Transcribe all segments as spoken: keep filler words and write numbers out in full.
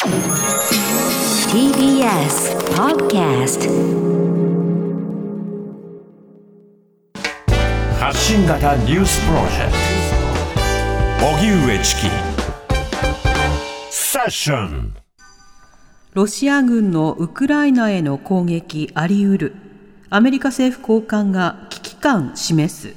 ティービーエス Podcast 発信型ニュースプロジェクト荻上チキセッション。 ロシア軍のウクライナへの攻撃あり得る。アメリカ政府高官が危機感示す。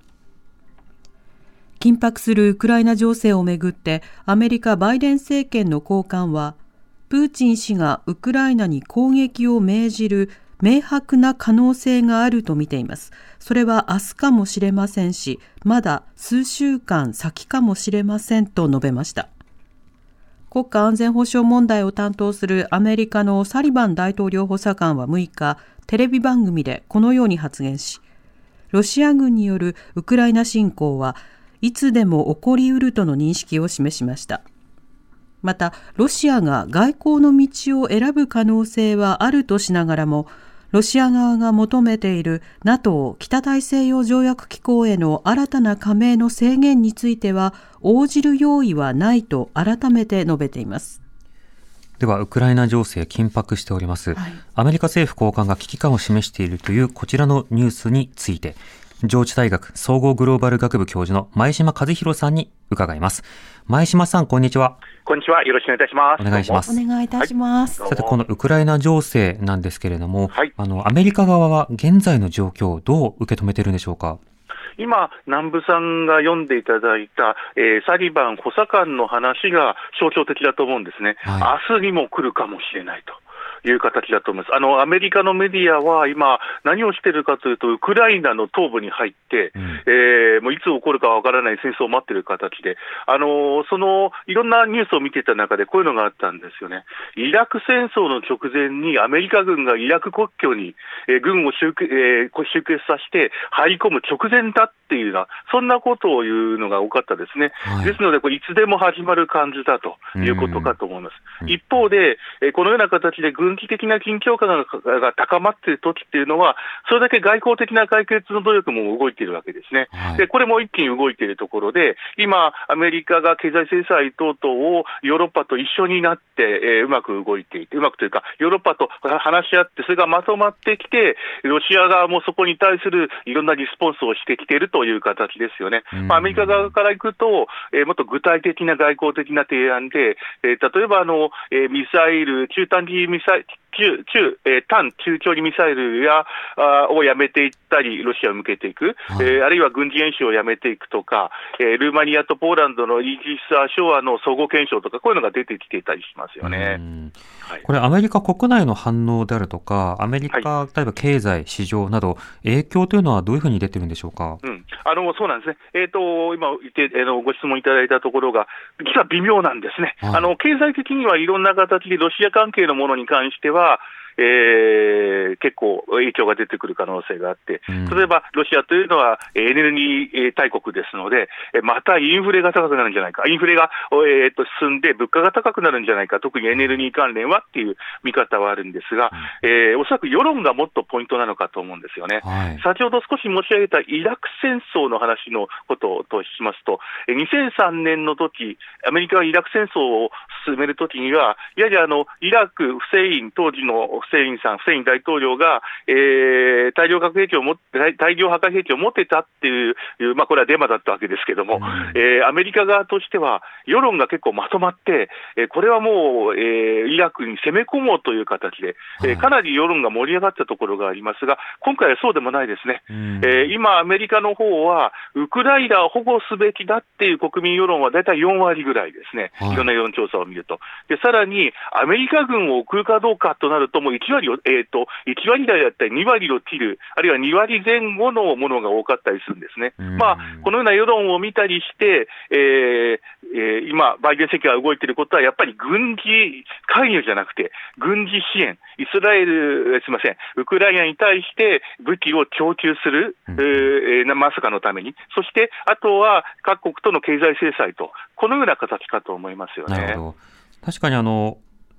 緊迫するウクライナ情勢をめぐってアメリカバイデン政権の高官は、プーチン氏がウクライナに攻撃を命じる明白な可能性があると見ています。それは明日かもしれませんし、まだ数週間先かもしれませんと述べました。国家安全保障問題を担当するアメリカのサリバン大統領補佐官はむいか、テレビ番組でこのように発言し、ロシア軍によるウクライナ侵攻はいつでも起こりうるとの認識を示しました。また、ロシアが外交の道を選ぶ可能性はあるとしながらも、ロシア側が求めている ナトー 北大西洋条約機構への新たな加盟の制限については応じる用意はないと改めて述べています。 では、ウクライナ情勢緊迫しております、はい、アメリカ政府高官が危機感を示しているというこちらのニュースについて、上智大学総合グローバル学部教授の前島和弘さんに伺います。前島さん、こんにちは。 こんにちは。よろしくお願いいたします。 お願いします。 お願いいたします。 はい、さて、このウクライナ情勢なんですけれども、 はい、 あのアメリカ側は現在の状況をどう受け止めているんでしょうか。 今、南部さんが読んでいただいた、えー、サリバン補佐官の話が象徴的だと思うんですね。はい、明日にも来るかもしれないという形だと思います。あのアメリカのメディアは今何をしているかというと、ウクライナの東部に入って、うん、えー、もういつ起こるかわからない戦争を待っている形で、あのそのいろんなニュースを見ていた中でこういうのがあったんですよね。イラク戦争の直前にアメリカ軍がイラク国境に、えー、軍を集結、えー、集結させて入り込む直前だっていうような、そんなことを言うのが多かったですね。はい、ですのでこれいつでも始まる感じだということかと思います。うん、一方で、えー、このような形で軍事的な緊張感 が, が高まっている時っていうのは、それだけ外交的な解決の努力も動いているわけですね。はい、でこれも一気に動いているところで、今アメリカが経済制裁等々をヨーロッパと一緒になって、えー、うまく動いていて、うまくというかヨーロッパと話し合って、それがまとまってきて、ロシア側もそこに対するいろんなリスポンスをしてきているという形ですよね。まあ、アメリカ側からいくと、えー、もっと具体的な外交的な提案で、えー、例えばあの、えー、ミサイル、中短距離ミサイル中中えー、短中距離ミサイルやあをやめていったり、ロシアを向けていく、はい、えー、あるいは軍事演習をやめていくとか、えー、ルーマニアとポーランドのイージス・アショアの相互検証とか、こういうのが出てきていたりしますよね。 はい、これアメリカ国内の反応であるとか、アメリカ、はい、例えば経済、市場など影響というのはどういうふうに出てるんでしょうか。 うん、あのそうなんですね。えーと、今言って、あのご質問いただいたところが実は微妙なんですね。はい、あの経済的にはいろんな形でロシア関係のものに関しては、えー、結構影響が出てくる可能性があって、例えばロシアというのはエネルギー大国ですので、またインフレが高くなるんじゃないか、インフレが、えー、と進んで物価が高くなるんじゃないか、特にエネルギー関連はっていう見方はあるんですが、えー、おそらく世論がもっとポイントなのかと思うんですよね。はい、先ほど少し申し上げたイラク戦争の話のこととしますと、にせんさんねんの時、アメリカがイラク戦争を進めるときには、やはりあのイラク、フセイン、当時のフセインさん、フセイン大統領が、えー、大量核兵器をも大量破壊兵器を持ってたっていう、まあ、これはデマだったわけですけども、うん、えー、アメリカ側としては世論が結構まとまって、えー、これはもう、えー、イラクに攻め込もうという形で、えー、かなり世論が盛り上がったところがありますが、今回はそうでもないですね。うん、えー、今アメリカの方はウクライナを保護すべきだっていう国民世論はだいたいよんわりぐらいですね。はい、いろんな世論調査を見ると。でさらにアメリカ軍を送るかどうかとなると、もういちわりを、えー、といちわり台だったりにわりを切る、あるいはにわりぜん後のものが多かったりするんですね。まあ、このような世論を見たりして、えーえー、今バイデン政権が動いていることはやっぱり軍事介入じゃなくて軍事支援、イスラエルすみませんウクライナに対して武器を供給する、えー、まさかのために、そしてあとは各国との経済制裁と、このような形かと思いますよね。 なるほど。確かにあの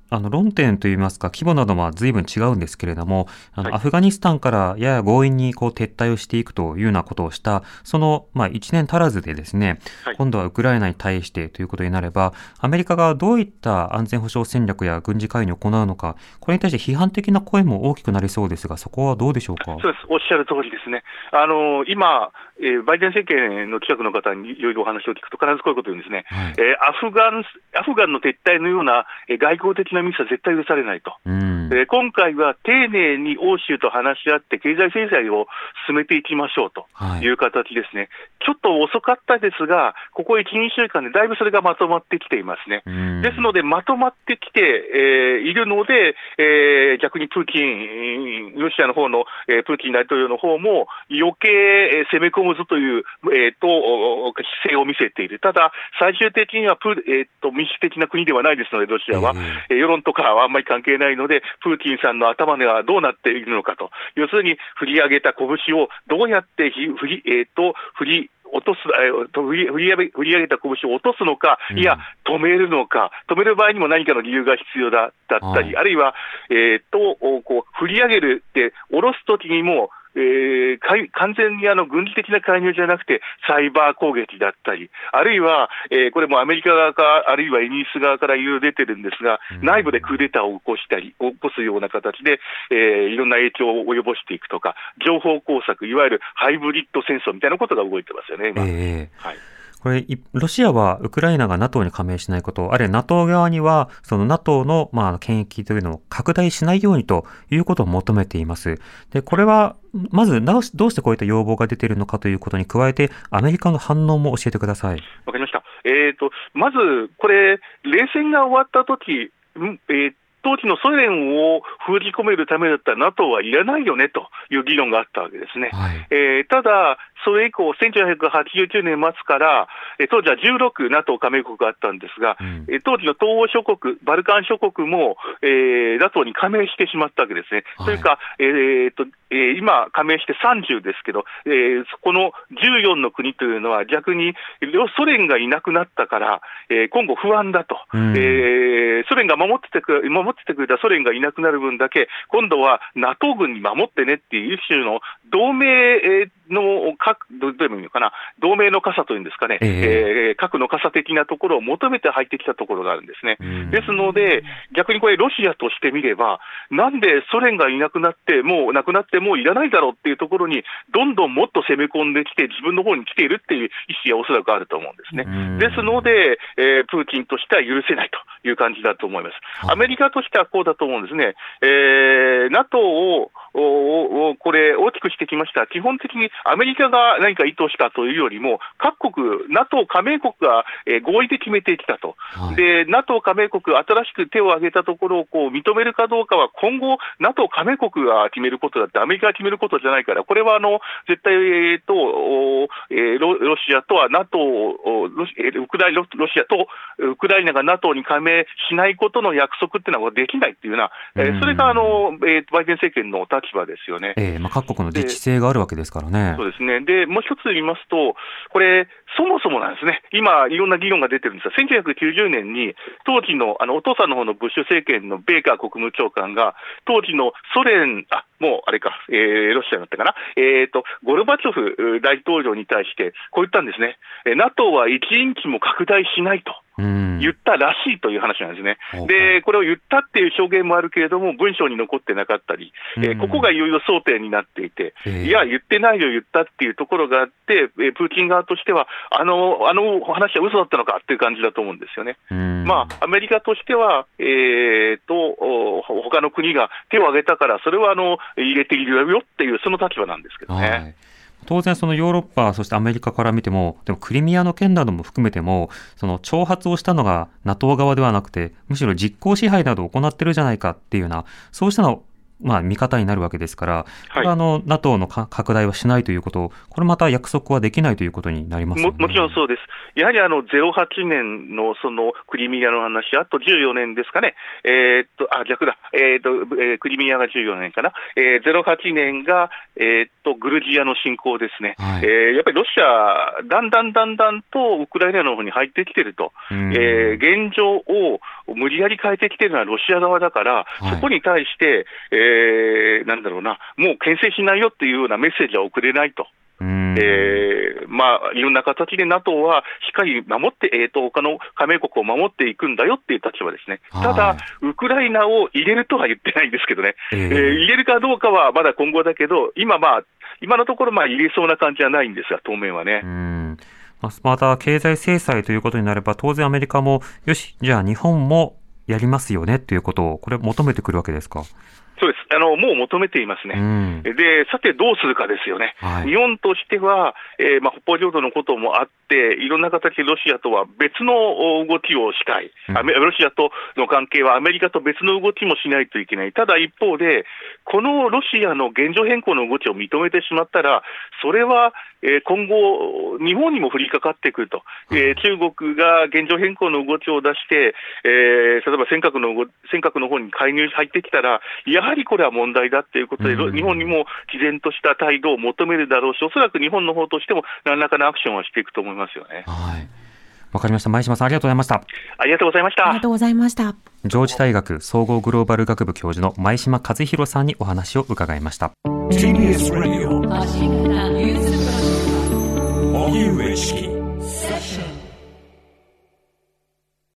あの論点といいますか規模などは随分違うんですけれども、あの、 はい、 アフガニスタンからやや強引にこう撤退をしていくというようなことをしたその、まあ、いちねん足らずでですね、 はい、 今度はウクライナに対してということになればアメリカがどういった安全保障戦略や軍事介入を行うのか、これに対して批判的な声も大きくなりそうですが、そこはどうでしょうか。 そうです、おっしゃる通りですね。あの今、えー、バイデン政権の近くの方にいろいろお話を聞くと必ずこういうことを言うんですね、はい、えー、アフガン、アフガンの撤退のような、えー、外交的なミスは絶対許されないと、うん、えー、今回は丁寧に欧州と話し合って経済制裁を進めていきましょうという形ですね、はい、ちょっと遅かったですが、ここいち、にしゅうかんでだいぶそれがまとまってきていますね。うん、ですので、まとまってきて、えー、いるので、えー、逆にプーチン、ロシアの方の、えー、プーチン大統領の方も余計、えー、攻め込むぞという、えー、と姿勢を見せている。ただ、最終的にはプ、えー、と民主的な国ではないですので、ロシアは、えー、世論とかはあんまり関係ないので、プーチンさんの頭ではどうなっているのかと、要するに振り上げた拳をどうやって振り、えー、と振り落とす、えー、振り、振り上げ、振り上げた拳を落とすのか、いや、止めるのか、止める場合にも何かの理由が必要だ、だったり、はい、あるいは、えー、とこう振り上げるって下ろすときにも、えー、完全にあの軍事的な介入じゃなくてサイバー攻撃だったり、あるいは、えー、これもアメリカ側かあるいはイギリス側からいろいろ出てるんですが、うん、内部でクーデターを起こしたり起こすような形で、えー、いろんな影響を及ぼしていくとか、情報工作、いわゆるハイブリッド戦争みたいなことが動いてますよね今、えーはい、 これロシアはウクライナが ナトー に加盟しないこと、あるいは ナトー 側にはその ナトー の、まあ、権益というのを拡大しないようにということを求めています。で、これはまずどうしてこういった要望が出ているのかということに加えて、アメリカの反応も教えてください。 わかりました。えーと、まずこれ冷戦が終わったとき、えー当時のソ連を封じ込めるためだったら ナトー はいらないよねという議論があったわけですね、はい、えー、ただそれ以降せんきゅうひゃくはちじゅうきゅうねん末から、えー、当時はじゅうろく ナトー 加盟国があったんですが、うん、えー、当時の東欧諸国、バルカン諸国も、えー、ナトー に加盟してしまったわけですね、はい、というか、えーとえー、今加盟してさんじゅうですけど、えー、そこのじゅうよんの国というのは逆にソ連がいなくなったから、えー、今後不安だと、うん、えー、ソ連が守っててくれ、守っててくれたソ連がいなくなる分だけ今度は ナトー 軍に守ってねっていう一種の同盟の核、どういうのかな、同盟の傘というんですかね、えーえー、核の傘的なところを求めて入ってきたところがあるんですね。ですので逆にこれロシアとしてみれば、なんでソ連がいなくなってもうなくなってもういらないだろうっていうところにどんどんもっと攻め込んできて自分の方に来ているっていう意思はおそらくあると思うんですね。ですので、えー、プーチンとしては許せないという感じだと思います。アメリカとしてはこうだと思うんですね。えー、ナトー をこれ大きくしてきました。基本的にアメリカが何か意図したというよりも、各国 ナトー 加盟国が合意で決めてきたと、はい、で ナトー 加盟国新しく手を挙げたところをこう認めるかどうかは今後 ナトー 加盟国が決めることだって、アメリカが決めることじゃないから、これはあの絶対、えーとえー、ロ, ロシアとは ナトー ロシ, ウクライロシアとウクライナが ナトー に加盟しないことの約束っていうのはできないっていうような、えー、それがあの、えー、バイデン政権の立場ですよね。 えーまあ、各国の自治性があるわけですからね。 そうですね。でもう一つ言いますと、これそもそもなんですね、今いろんな議論が出てるんですが、せんきゅうひゃくきゅうじゅうねんに当時 の, あのお父さんの方のブッシュ政権のベーカー国務長官が当時のソ連、あもうあれか、えー、ロシアだったかな、えーと、ゴルバチョフ大統領に対してこう言ったんですね。 ナトー はいちインチも拡大しないと言ったらしいという話なんですね。でこれを言ったっていう証言もあるけれども文章に残ってなかったり、えー、ここがいろいろ争点になっていて、いや言ってないよ言ったっていうところがあって、えー、プーチン側としてはあのあの話は嘘だったのかっていう感じだと思うんですよね。まあアメリカとしては、えー、と他の国が手を挙げたからそれはあの入れているよっていうその立場なんですけどね。はい、 当然そのヨーロッパそしてアメリカから見ても、でもクリミアの件なども含めてもその挑発をしたのが ナトー 側ではなくてむしろ実効支配などを行ってるじゃないかっていうような、そうしたのまあ、味方になるわけですから、 はい、 あの NATO の拡大はしないということを、これまた約束はできないということになりますよね。 も, もちろんそうです。やはりあのゼロはちねん の, そのクリミアの話、あとじゅうよねんですかね、えー、っとあ逆だ、えーっとえー、クリミアがじゅうよねんかな、えー、ゼロはちねんが、えー、っとグルジアの侵攻ですね、はい、えー、やっぱりロシア、だんだんだんだんとウクライナの方に入ってきていると、えー、現状を無理やり変えてきているのはロシア側だから、はい、そこに対して、えー、なんだろうな、もう牽制しないよっていうようなメッセージは送れないと。えーまあ、いろんな形で NATO はしっかり守って、えー、と他の加盟国を守っていくんだよっていう立場ですね。ただ、ウクライナを入れるとは言ってないんですけどね、えーえー、入れるかどうかはまだ今後だけど、今、まあ、今のところまあ入れそうな感じはないんですが、当面はね。うん、 また経済制裁ということになれば、当然アメリカもよし、じゃあ日本もやりますよねということを、これ求めてくるわけですか。 そうです、あのもう求めていますね、うん、でさてどうするかですよね、はい、日本としては、えーまあ、北方領土のこともあって、いろんな形でロシアとは別の動きをしたい、うん、ロシアとの関係はアメリカと別の動きもしないといけない。ただ一方で、このロシアの現状変更の動きを認めてしまったら、それは、えー、今後、日本にも降りかかってくると、えー、中国が現状変更の動きを出して、えー、例えば尖閣の尖閣の方に介入入ってきたら、やはりこれは問題だということで、うん、日本にも毅然とした態度を求めるだろうし、おそらく日本の方としても何らかのアクションをしていくと思いますよね。 はい、わかりました。前島さん、ありがとうございました。 ありがとうございました。 ありがとうございました。 上智大学総合グローバル学部教授の前島和弘さんにお話を伺いました。 ティービーエス Radio 荻上チキ